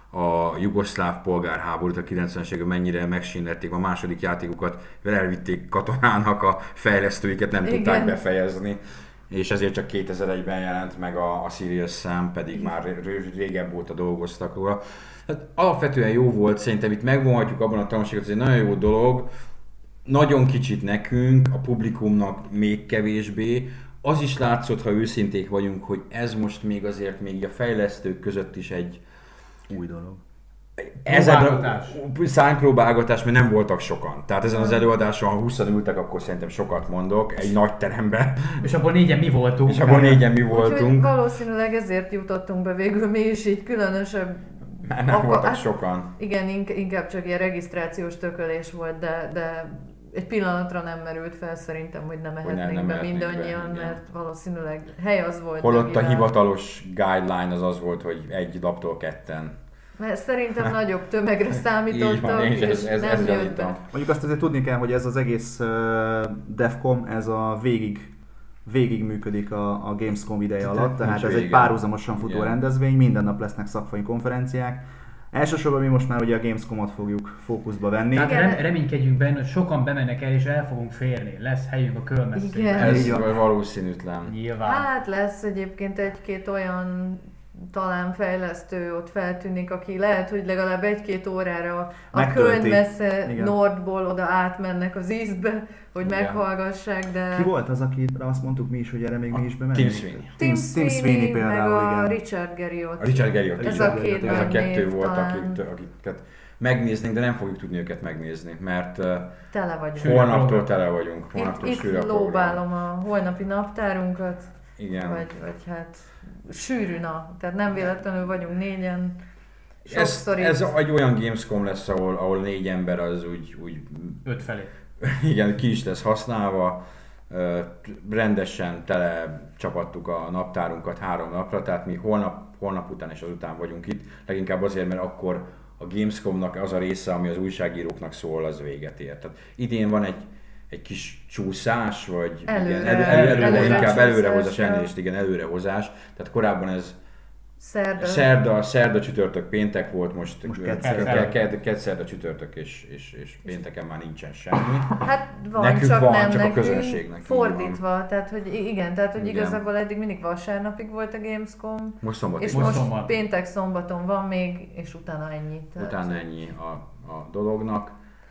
S1: a jugoszláv polgárháborút a kilencvenes években mennyire megsínlették, a második játékokat elvitték katonának, a fejlesztőiket nem
S4: Igen.
S1: tudták befejezni, és ezért csak kétezer-egyben jelent meg a, a Serious Sam, pedig már ré- régebb óta dolgoztak róla. Hát alapvetően jó volt, szerintem itt megvonhatjuk abban a tanulságot, ez egy nagyon jó dolog, nagyon kicsit nekünk, a publikumnak még kevésbé. Az is látszott, ha őszinték vagyunk, hogy ez most még azért még a fejlesztők között is egy
S2: új dolog.
S1: ezen a
S3: Próbálgatás.
S1: szánypróbálgatás, mert nem voltak sokan. Tehát ezen az előadáson, ha húszan ültek, akkor szerintem sokat mondok, egy nagy teremben,
S3: És abból négyen mi voltunk.
S1: és abban négyen mi
S4: Úgyhogy
S1: voltunk,
S4: valószínűleg ezért jutottunk be végül mi is így különösebb.
S1: mert nem
S4: Akkor-
S1: voltak
S4: hát-
S1: sokan.
S4: Igen, ink- inkább csak ilyen regisztrációs tökölés volt, de, de egy pillanatra nem merült fel szerintem, hogy nem
S1: nem-
S4: mehetnénk
S1: nem
S4: be
S1: mehetnénk be,
S4: mindannyian,
S1: igen.
S4: mert valószínűleg hely az volt.
S1: Holott a
S4: akivel-
S1: hivatalos guideline az az volt, hogy egy laptól ketten.
S4: Mert szerintem nagyobb tömegre
S1: Így
S4: számítottak,
S1: van, és ez, ez,
S4: nem
S1: ez
S4: jött
S1: gyanítom.
S4: be.
S2: Mondjuk azt azért tudni kell, hogy ez az egész uh, Defcom, ez a végig, végig működik a, a Gamescom ideje alatt, tehát
S1: nincs
S2: ez egy
S1: vége.
S2: párhuzamosan futó
S1: Igen.
S2: rendezvény, minden nap lesznek szakmai konferenciák. Elsősorban mi most már ugye a Gamescomot fogjuk fókuszba venni.
S3: Tehát
S4: Igen.
S3: rem, reménykedjünk benne, hogy sokan bemennek el és el fogunk férni. Lesz helyünk a
S4: Igen.
S3: körmesszében.
S1: Ez
S2: Így van.
S1: valószínűtlen.
S3: Nyilván.
S4: Hát lesz egyébként egy-két olyan talán fejlesztő ott feltűnik, aki lehet, hogy legalább egy-két órára a
S2: Megtölti.
S4: Köln messze
S2: Igen.
S4: Nordból oda átmennek az Eastbe, hogy
S1: Igen.
S4: meghallgassák, de...
S2: Ki volt az, akire azt mondtuk mi is, hogy erre még mi is
S1: Tim
S2: bemennénk?
S1: Sweeney.
S4: Tim,
S2: Tim Sweeney
S4: Sweeney, meg
S2: például,
S4: a
S2: igen.
S4: Richard Garriott.
S1: A Richard Garriott.
S4: Ez
S1: így
S4: a
S1: van.
S4: két
S1: Ez a
S4: nagy
S1: kettő
S4: név
S1: volt,
S4: talán.
S1: akik, akiket megnéznénk, de nem fogjuk tudni őket megnézni, mert uh,
S4: Tele vagyunk.
S3: Sőt.
S1: holnaptól
S3: program.
S1: tele vagyunk. Holnaptól
S4: Itt,
S1: sűrű a
S4: itt
S1: program.
S4: lóbálom a holnapi naptárunkat,
S1: Igen.
S4: vagy, vagy hát sűrű nap, tehát nem véletlenül vagyunk négyen.
S1: Ez,
S4: Sokszor itt-
S1: ez egy olyan Gamescom lesz, ahol, ahol négy ember az úgy, úgy
S3: Öt felé.
S1: igen, ki is lesz használva. Ö, rendesen tele csapattuk a naptárunkat három napra, tehát mi holnap, holnap után és azután vagyunk itt. Leginkább azért, mert akkor a Gamescomnak az a része, ami az újságíróknak szól, az véget ért. Tehát idén van egy, egy kis csúszás, vagy
S4: Előre-
S1: igen, elő, elő, előre,
S4: előre
S1: inkább
S4: csúszás,
S1: előrehozás,
S4: ja.
S1: elnézést, igen, előrehozás. Tehát korábban ez
S4: Szerda.
S1: Szerda, szerda, csütörtök, péntek volt, most,
S2: Most
S1: kedd,
S2: kedd,
S3: szerda.
S1: kedd, kedd, szerda, csütörtök, és, és, és pénteken már nincsen semmi.
S4: Hát van,
S1: Nekünk
S4: csak
S1: van,
S4: nem
S1: csak a
S4: nekünk,
S1: közönségnek, így
S4: fordítva, tehát hogy i- igen, tehát hogy
S1: Igen.
S4: igazából eddig mindig vasárnapig volt a Gamescom,
S1: Most szombat
S4: és
S1: is.
S3: Most
S4: most,
S3: szombat.
S4: péntek, szombaton van még, és utána ennyi. Tehát,
S1: Utána ennyi a, a dolognak.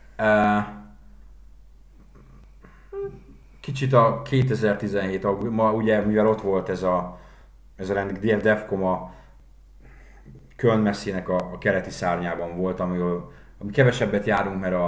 S1: Uh, kicsit a kétezer-tizenhét, aug- ma ugye, mivel ott volt ez a, ez a rend, ilyen Defcom a Köln messzinek a, a keleti szárnyában volt, amiről, ami kevesebbet járunk, mert a,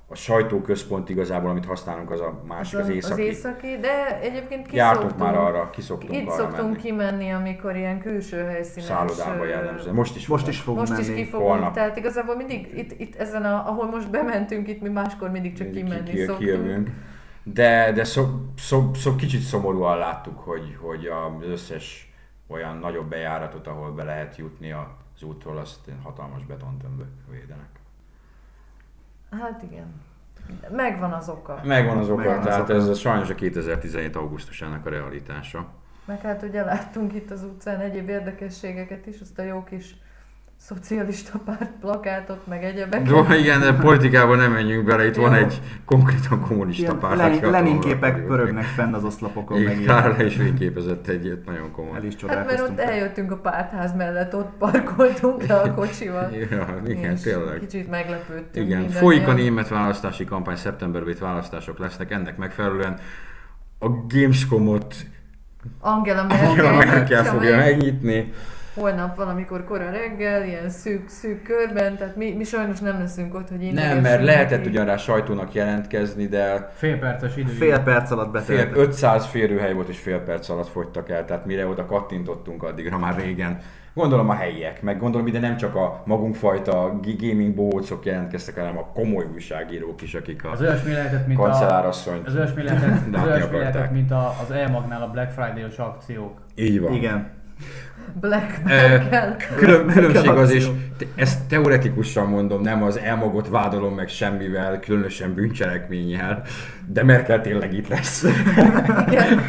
S1: a sajtóközpont igazából, amit használunk, az a másik, az, az északi.
S4: Az északi, de egyébként ki
S1: Jártunk
S4: szoktunk,
S1: már arra, ki szoktunk
S4: itt
S1: arra
S4: szoktunk
S1: menni.
S4: kimenni, amikor ilyen külső helyszínes...
S1: Szállodába jellemzően. Most is
S2: Most is fogunk
S4: Most
S2: menni.
S4: is ki fogunk,
S1: Holnap.
S4: tehát igazából mindig itt, itt ezen, a, ahol most bementünk, itt mi máskor mindig csak
S1: Mindig
S4: kimenni
S1: ki- ki-
S4: szoktunk.
S1: kijövünk. De, de szó, szó, szó, kicsit szomorúan láttuk, hogy, hogy az összes olyan nagyobb bejáratot, ahol be lehet jutni az útról, azt hatalmas betontömbök védenek.
S4: Hát igen. Megvan az oka.
S1: Megvan az oka,
S2: Megvan az
S1: tehát
S2: oka.
S1: ez a, sajnos a kétezer-tizenhét augusztusának a realitása.
S4: Meg hát ugye láttunk itt az utcán egyéb érdekességeket is, azt a jó kis szocialista párt plakátot, meg egyebeket.
S1: De igen, de politikában nem menjünk bele, itt van
S4: Jó.
S1: egy konkrétan kommunista
S2: Ilyen
S1: párt.
S2: Lenin,
S1: aki hatalomra
S2: Lenin képek
S1: akarja
S2: pörögnek fenn az oszlopokon.
S1: jutni.
S2: meg
S1: Igen,
S2: ilyen.
S1: Kár le is fényképezett egyet, nagyon komoly.
S2: El is
S4: Hát mert
S2: csodálkoztunk.
S4: ott eljöttünk a pártház mellett, ott parkoltunk le a kocsival.
S1: Ja, igen,
S4: és
S1: tényleg.
S4: Kicsit meglepődtünk.
S1: Igen,
S4: mindannyian.
S1: folyik a német választási kampány, szeptemberben itt választások lesznek, ennek megfelelően a Gamescomot
S4: Angela
S1: Angela
S4: Merkel,
S1: Merkel fogja
S4: meg
S1: megnyitni.
S4: holnap valamikor kora reggel, ilyen szűk, szűk körben, tehát mi, mi sajnos nem leszünk ott, hogy
S1: Nem, mert
S4: indegessünk
S1: lehetett
S4: neki.
S1: ugyan rá sajtónak jelentkezni, de
S3: Fél perces idő.
S2: Fél perc alatt
S1: fél,
S2: betelt.
S1: ötszáz férőhely volt és fél perc alatt fogytak el, tehát mire oda kattintottunk addigra már régen. Gondolom a helyiek, meg gondolom ide nem csak a magunkfajta gaming bohócok jelentkeztek, hanem a komoly újságírók is, akik a
S3: Az olyasmi lehetett, mint a...
S1: kancellárasszonyt
S3: Az olyasmi lehetett, az
S1: látni
S3: olyasmi
S1: akarták.
S3: lehetett, mint a, az E-magnál a Black Friday-os akciók.
S1: Így van.
S2: Igen.
S4: Black
S1: Eh,
S4: Merkel.
S1: Külön, különbség az is,
S2: akció.
S1: te- ezt teoretikusan mondom, nem az elmagot vádolom meg semmivel, különösen bűncselekménnyel, de Merkel tényleg itt lesz.
S4: Igen.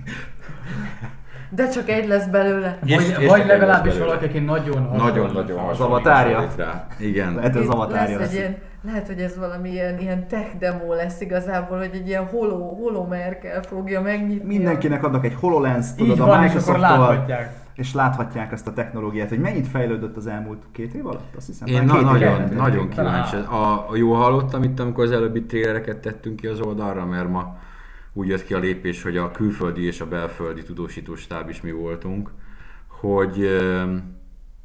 S4: De csak egy lesz belőle.
S1: És-
S3: Vagy,
S1: és
S3: vagy
S1: csak
S3: legalábbis
S1: egy lesz
S3: valaki, aki nagyon hasonlít.
S1: Nagyon-nagyon
S3: rá.
S1: hasonlít
S2: avatárja?
S1: rá. Igen.
S2: Lehet ez
S4: Itt
S2: avatárja
S4: lesz egy
S2: lesz.
S4: ilyen, lehet, hogy ez valami ilyen, ilyen tech demo lesz igazából, hogy egy ilyen holo, holo Merkel fogja megnyitni.
S2: Mindenkinek adnak egy HoloLens,
S3: Így
S2: tudod, a
S3: van, és akkor
S2: Microsoft-tól,
S3: láthatják.
S2: és láthatják ezt a technológiát, hogy mennyit fejlődött az elmúlt két év alatt? Azt hiszem,
S1: Én
S2: már
S1: na,
S2: két év
S1: nagyon,
S2: alatt.
S1: nagyon
S3: Talán.
S1: kíváncsi. A, a jó hallottam itt, amikor az előbbi trélereket tettünk ki az oldalra, mert ma úgy jött ki a lépés, hogy a külföldi és a belföldi tudósító stáb is mi voltunk, hogy öm,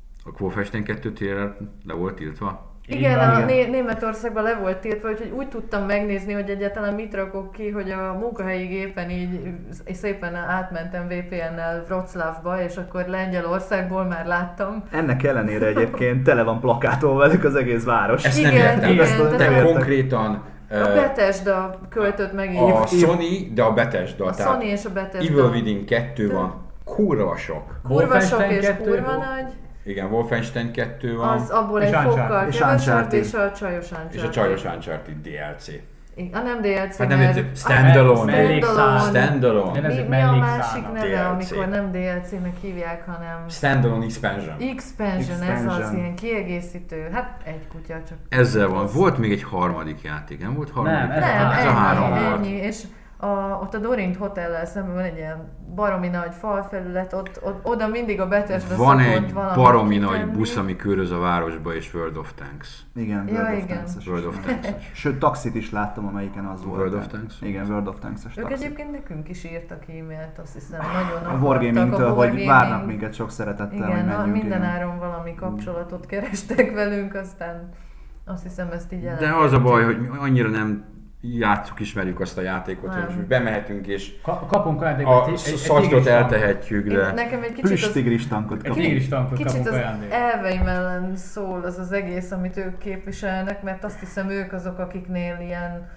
S1: a Wolfenstein kettő trailer le volt tiltva.
S4: Igen,
S2: van,
S4: a
S2: igen.
S4: Né- Németországban le volt tiltva, úgyhogy úgy tudtam megnézni, hogy egyáltalán mit rakok ki, hogy a munkahelyi gépen így szépen átmentem vé pé en-nel Wroclawba, és akkor Lengyelországból már láttam.
S2: Ennek ellenére egyébként tele van plakátolva velük az egész város.
S1: Ezt nem
S4: Igen,
S1: értem.
S4: igen,
S2: Ezt
S4: de
S1: De
S2: nem értem.
S1: konkrétan
S4: A
S1: ö,
S4: Bethesda költött meg így.
S1: a Sony, de a Bethesda.
S4: A
S1: tehát
S4: Sony és a Bethesda.
S1: Evil Within kettő van, kurva sok.
S4: Kurva sok
S3: Wolfenstein
S4: és
S3: kettő,
S4: kurva
S3: Wolf-
S4: nagy.
S1: Igen, Wolfenstein kettő van,
S4: Az abból
S3: És
S4: egy
S3: Uncharted.
S4: fokkal
S2: És
S4: kevesebb,
S2: Uncharted.
S4: és a csajos Uncharted.
S1: és a csajos Uncharted dé el cé.
S4: Igen, a nem dé el cé,
S1: Hát nem
S4: mert...
S1: értő, standalone.
S3: Mellékszál.
S1: Standalone.
S3: De
S4: Mi,
S3: Nevezzük
S4: mi a
S3: mellékszál.
S4: másik neve,
S1: dé el cé.
S4: amikor nem dé el cé-nek hívják, hanem...
S1: Standalone expansion.
S4: Expansion, ez az
S2: Expansion.
S4: ilyen kiegészítő. Hát egy kutya csak.
S1: Ezzel van. Volt még egy harmadik játék, nem volt harmadik?
S3: Nem, ez a
S4: Nem,
S3: három.
S1: Ez a három
S4: ennyi,
S1: volt.
S4: ennyi. És a, ott a Dorint Hotellel szemben van egy ilyen baromi nagy falfelület, ott, ott oda mindig a Bethesda
S1: Van
S4: szokott
S1: egy
S4: valamit
S1: baromi
S4: kitenni.
S1: nagy busz, ami köröz a városba, és World of Tanks.
S2: Igen,
S4: Ja,
S2: World of
S4: igen.
S2: Tanks-es.
S1: World of Tanks.
S2: Sőt, taxit is láttam, amelyiken az volt.
S1: World of Tanks?
S2: Igen, World of Tanks-es
S4: Ők
S2: taxi.
S4: egyébként nekünk is írtak e-mailt, azt hiszem, nagyon
S2: A
S4: akartak
S2: Wargaming-től,
S4: a
S2: hogy
S4: Wargaming.
S2: várnak minket sok szeretettel, hogy
S4: Igen, a
S2: menjünk.
S4: minden
S2: igen.
S4: áron valami kapcsolatot kerestek velünk, aztán azt hiszem ezt így
S1: De
S4: elengedtük.
S1: az a baj, hogy mi annyira nem játszuk, ismerjük azt a játékot,
S4: Nem.
S1: hogy most bemehetünk és
S3: Ka- Kapunk ajándékba
S1: a
S3: egy, egy, egy
S1: szartot
S3: tigris tankot.
S1: eltehetjük,
S4: Én,
S1: de
S4: nekem egy kicsit
S2: Plüss
S4: az,
S2: tigris tankot
S3: Egy
S2: kapunk.
S3: tigris tankot
S4: kicsit
S3: kapunk
S4: az
S3: ajándékba.
S4: elveim ellen szól az az egész, amit ők képviselnek, mert azt hiszem ők azok, akiknél ilyen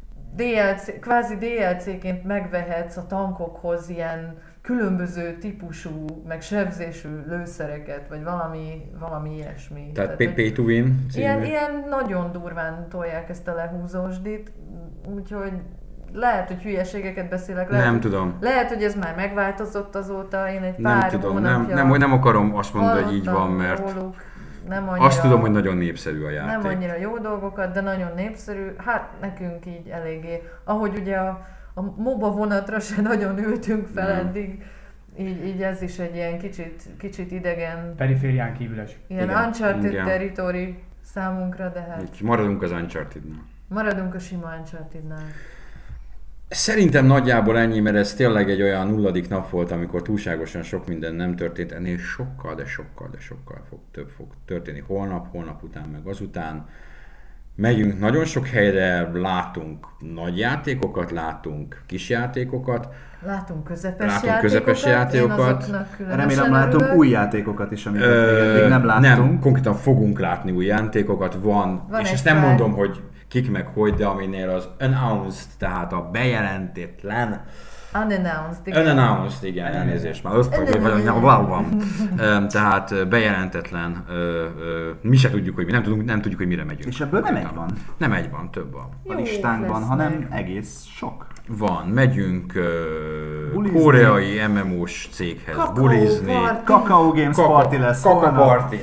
S4: dé el cé, kvázi dé el cé-ként megvehetsz a tankokhoz ilyen különböző típusú, meg sebzésű lőszereket, vagy valami, valami ilyesmi.
S1: tehát
S4: hogy
S1: pay to win
S4: ilyen,
S1: című.
S4: ilyen nagyon durván tolják ezt a lehúzósdit, úgyhogy lehet, hogy hülyeségeket beszélek, lehet,
S1: Nem
S4: hogy-
S1: tudom.
S4: lehet, hogy ez már megváltozott azóta, én egy
S1: Nem
S4: pár
S1: tudom, nem,
S4: hónapja
S1: nem, nem akarom azt mondani, hogy így van,
S4: hallottam
S1: mert
S4: róluk, nem annyira,
S1: azt tudom, hogy nagyon népszerű a
S4: nem
S1: játék.
S4: annyira jó dolgokat, de nagyon népszerű. Hát nekünk így eléggé. Ahogy ugye a, a MOBA vonatra se nagyon ültünk fel
S1: Nem.
S4: eddig, így, így ez is egy ilyen kicsit, kicsit idegen,
S3: Periférián kívüles.
S4: ilyen
S1: Igen,
S4: Uncharted
S1: igen.
S4: territory számunkra, de hát
S1: Így maradunk az Uncharted-nál.
S4: maradunk a sima Uncharted-nál.
S1: Szerintem nagyjából ennyi, mert ez tényleg egy olyan nulladik nap volt, amikor túlságosan sok minden nem történt, ennél sokkal, de sokkal, de sokkal fog, több fog történni holnap, holnap után, meg azután. Megyünk nagyon sok helyre, látunk nagy játékokat, látunk kis játékokat.
S4: Látunk közepes
S1: látunk
S4: játékokat.
S1: közepes játékokat.
S2: Remélem látunk új játékokat is, amiket Ö, még nem láttunk.
S1: Nem, konkrétan fogunk látni új játékokat, van, van és ezt nem pár. mondom, hogy kik meg hogy, de aminél az announced, tehát a bejelentetlen,
S4: Unannounced, igen.
S1: Unannounced, igen, elnézést már ösztön, vagy van. Tehát bejelentetlen, mi se tudjuk, hogy mi nem, tudunk, nem tudjuk, hogy mire megyünk.
S2: És ebből nem egy van.
S1: Nem egy van, több van.
S2: A listánkban, hanem egész sok.
S1: Van, megyünk uh, koreai em em ó-s céghez
S4: Kakao
S1: bulizni.
S4: Party.
S2: Kakao Games Kaka, Party lesz.
S1: Kaka Party.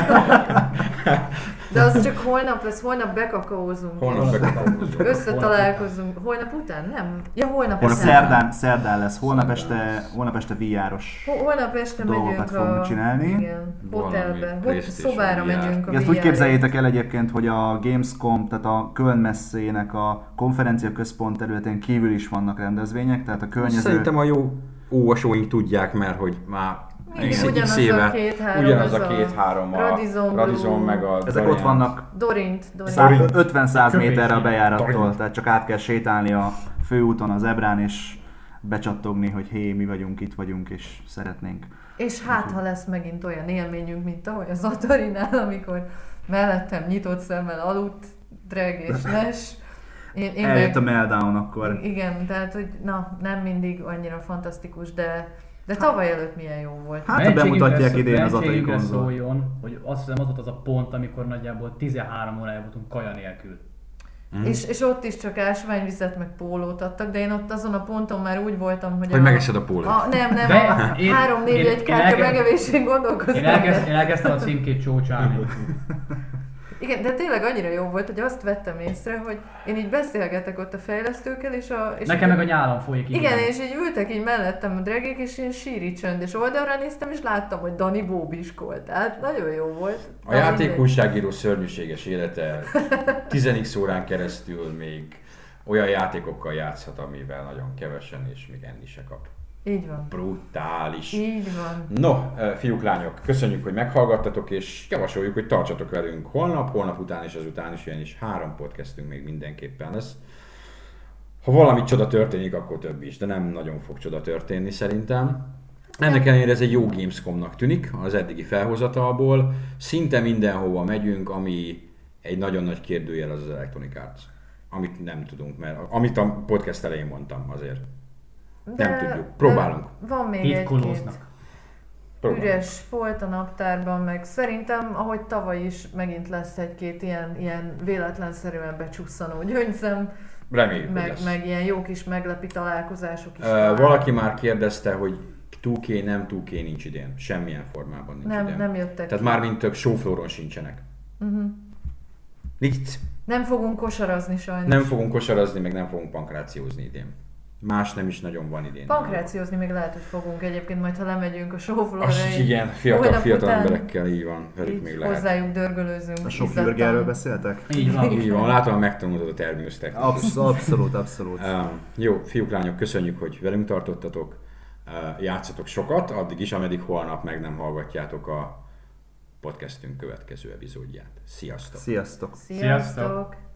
S4: De az csak holnap lesz, holnap bekakaózunk.
S1: Holnap bekakaózunk.
S4: Összetalálkozunk. Holnap után? Nem? Ja, holnap
S2: után.
S4: Szerdán,
S2: szerdán lesz. Holnap este, holnap este vé er-os
S4: holnap este
S2: dolgokat
S4: megyünk
S2: fogunk csinálni.
S4: Igen, hotelbe. Szobára megyünk a
S2: Ezt úgy képzeljétek el egyébként, hogy a Gamescom, tehát a Köln messzének a konferencia központ területén kívül is vannak rendezvények, tehát a környező...
S1: Szerintem a jó olvasóink tudják, már, hogy már
S4: igen, ugyanaz éve, a két-három,
S1: ugyanaz a két-három, a
S4: Radisson,
S1: Radisson meg a
S2: ezek ott vannak
S4: Dorint, Dorint.
S2: ötven-száz méterre a bejárattól, tehát csak át kell sétálni a főúton, az Ebrán, és becsattogni, hogy hé, mi vagyunk, itt vagyunk, és szeretnénk.
S4: És hát, ha lesz megint olyan élményünk, mint ahogy az Atarinál, amikor mellettem nyitott szemmel aludt Dreg és Nes.
S2: Én, én Eljött meg, a meltdown akkor.
S4: Igen, tehát, hogy na, nem mindig annyira fantasztikus, de De tavaly előtt milyen jó volt.
S2: Hát, ha bemutatják idén az Atari konzol.
S3: Szóljon, hogy azt hiszem az volt az a pont, amikor nagyjából tizenhárom órája voltunk kaja nélkül.
S4: Mm. És, és ott is csak ásványvizet meg pólót adtak, de én ott azon a ponton már úgy voltam, hogy...
S1: Hogy a, megeszed a pólót.
S4: A, nem, nem, de a én, három-négy jegykártya megevésén gondolkoztam.
S3: Én, elkezd, én elkezdtem a címkét csócsálni.
S4: Igen, de tényleg annyira jó volt, hogy azt vettem észre, hogy én így beszélgetek ott a fejlesztőkkel, és a... És
S3: nekem meg a nyálam folyik.
S4: Igen, igen, és így ültek így mellettem a dregék, és én síri csöndes oldalra néztem, és láttam, hogy Dani bóbiskol. Tehát nagyon jó volt.
S1: A játékújságíró szörnyűséges élete tíz órán keresztül még olyan játékokkal játszhat, amivel nagyon kevesen, és még enni se kap.
S4: Így van.
S1: Brutális.
S4: Így van.
S1: No, fiúk, lányok, köszönjük, hogy meghallgattatok, és javasoljuk, hogy tartsatok velünk holnap, holnap után és azután is, is három podcastünk még mindenképpen lesz. Ha valami csoda történik, akkor több is, de nem nagyon fog csoda történni szerintem. Ennek ellenére ez egy jó Gamescomnak tűnik az eddigi felhozatalból. Szinte mindenhova megyünk, ami egy nagyon nagy kérdőjel, az az Electronic Arts. Amit nem tudunk, mert amit a podcast elején mondtam azért. De, nem tudjuk. Próbálunk.
S4: Van még egy-két üres folt a naptárban, meg szerintem, ahogy tavaly is megint lesz egy-két ilyen, ilyen véletlenszerűen becsusszanó gyöngyszem.
S1: Reméljük,
S4: meg, meg ilyen jó kis meglepi találkozások is.
S1: Uh, valaki már kérdezte, hogy two K nem two K nincs idén. Semmilyen formában nincs
S4: nem,
S1: idén.
S4: Nem jöttek
S1: Tehát már mint több showflooron sincsenek. Uh-huh. Nincs.
S4: Nem fogunk kosarazni sajnos.
S1: Nem fogunk kosarazni, meg nem fogunk pankrációzni idén. Más nem is nagyon van idén.
S4: Pankrációzni még lehet, hogy fogunk egyébként, majd ha lemegyünk a showfloorra.
S1: Igen, fiatal, fiatal emberekkel, így van, velük még lehet.
S4: Hozzájuk dörgölőzünk.
S2: A showfloorról beszéltek?
S3: Így van.
S1: Így van, látom, megtanultad a terminus technikus.
S2: Abszolút, abszolút. abszolút.
S1: Uh, jó, fiúk, lányok, köszönjük, hogy velünk tartottatok. Uh, játszatok sokat, addig is, ameddig holnap meg nem hallgatjátok a podcastünk következő epizódját. Sziasztok!
S2: Sziasztok!
S4: Sziasztok!